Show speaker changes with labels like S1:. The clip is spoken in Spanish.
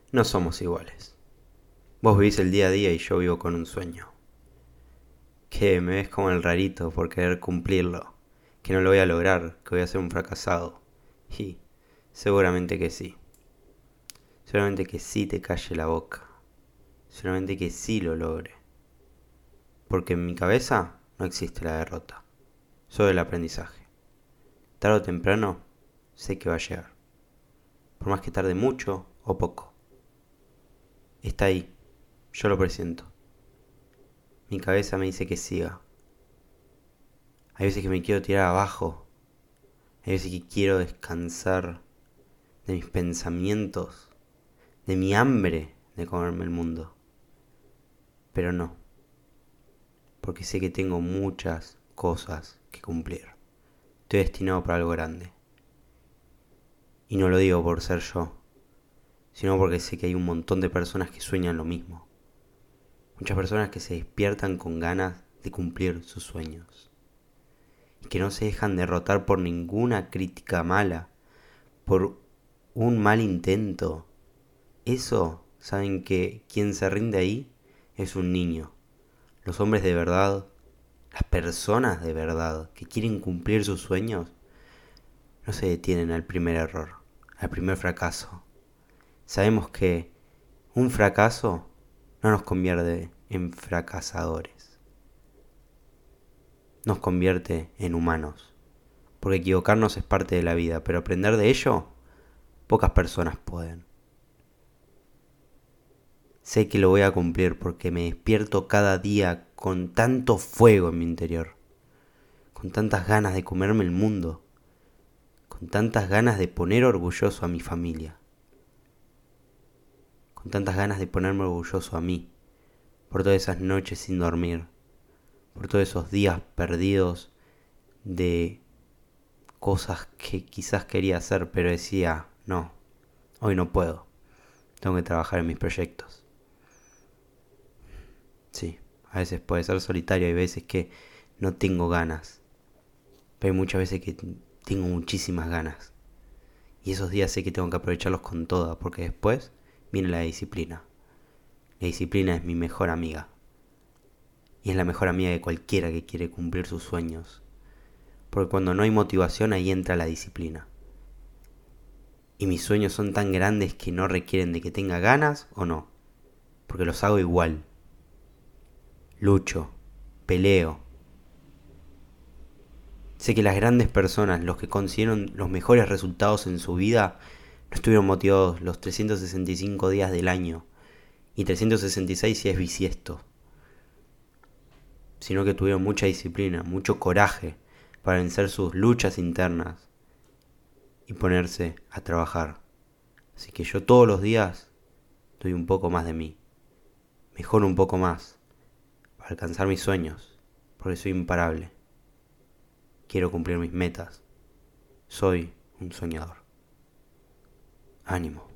S1: No somos iguales. Vos vivís el día a día y yo vivo con un sueño. Que me ves como el rarito por querer cumplirlo. Que no lo voy a lograr, que voy a ser un fracasado. Y seguramente que sí. Seguramente que sí te calle la boca. Seguramente que sí lo logre. Porque en mi cabeza no existe la derrota. Solo el aprendizaje. Tarde o temprano sé que va a llegar. Por más que tarde mucho o poco. Está ahí. Yo lo presiento. Mi cabeza me dice que siga. Hay veces que me quiero tirar abajo. Hay veces que quiero descansar de mis pensamientos, de mi hambre de comerme el mundo. Pero no, porque sé que tengo muchas cosas que cumplir. Estoy destinado para algo grande. Y no lo digo por ser yo, sino porque sé que hay un montón de personas que sueñan lo mismo. Muchas personas que se despiertan con ganas de cumplir sus sueños. Y que no se dejan derrotar por ninguna crítica mala, por un mal intento. Eso, saben que quien se rinde ahí es un niño. Los hombres de verdad, las personas de verdad que quieren cumplir sus sueños, no se detienen al primer error, al primer fracaso. Sabemos que un fracaso no nos convierte en fracasadores, nos convierte en humanos. Porque equivocarnos es parte de la vida, pero aprender de ello, pocas personas pueden. Sé que lo voy a cumplir porque me despierto cada día con tanto fuego en mi interior, con tantas ganas de comerme el mundo, con tantas ganas de poner orgulloso a mi familia, con tantas ganas de ponerme orgulloso a mí, por todas esas noches sin dormir, por todos esos días perdidos de cosas que quizás quería hacer, pero decía, no, hoy no puedo, tengo que trabajar en mis proyectos. Sí, a veces puede ser solitario, hay veces que no tengo ganas, pero hay muchas veces que tengo muchísimas ganas. Y esos días sé que tengo que aprovecharlos con toda, porque después viene la disciplina. La disciplina es mi mejor amiga. Y es la mejor amiga de cualquiera que quiere cumplir sus sueños. Porque cuando no hay motivación ahí entra la disciplina. Y mis sueños son tan grandes que no requieren de que tenga ganas o no. Porque los hago igual. Lucho, peleo. Sé que las grandes personas, los que consiguieron los mejores resultados en su vida, no estuvieron motivados los 365 días del año. Y 366 si es bisiesto. Sino que tuvieron mucha disciplina, mucho coraje para vencer sus luchas internas y ponerse a trabajar. Así que yo todos los días doy un poco más de mí, mejoro un poco más para alcanzar mis sueños, porque soy imparable. Quiero cumplir mis metas. Soy un soñador. Ánimo.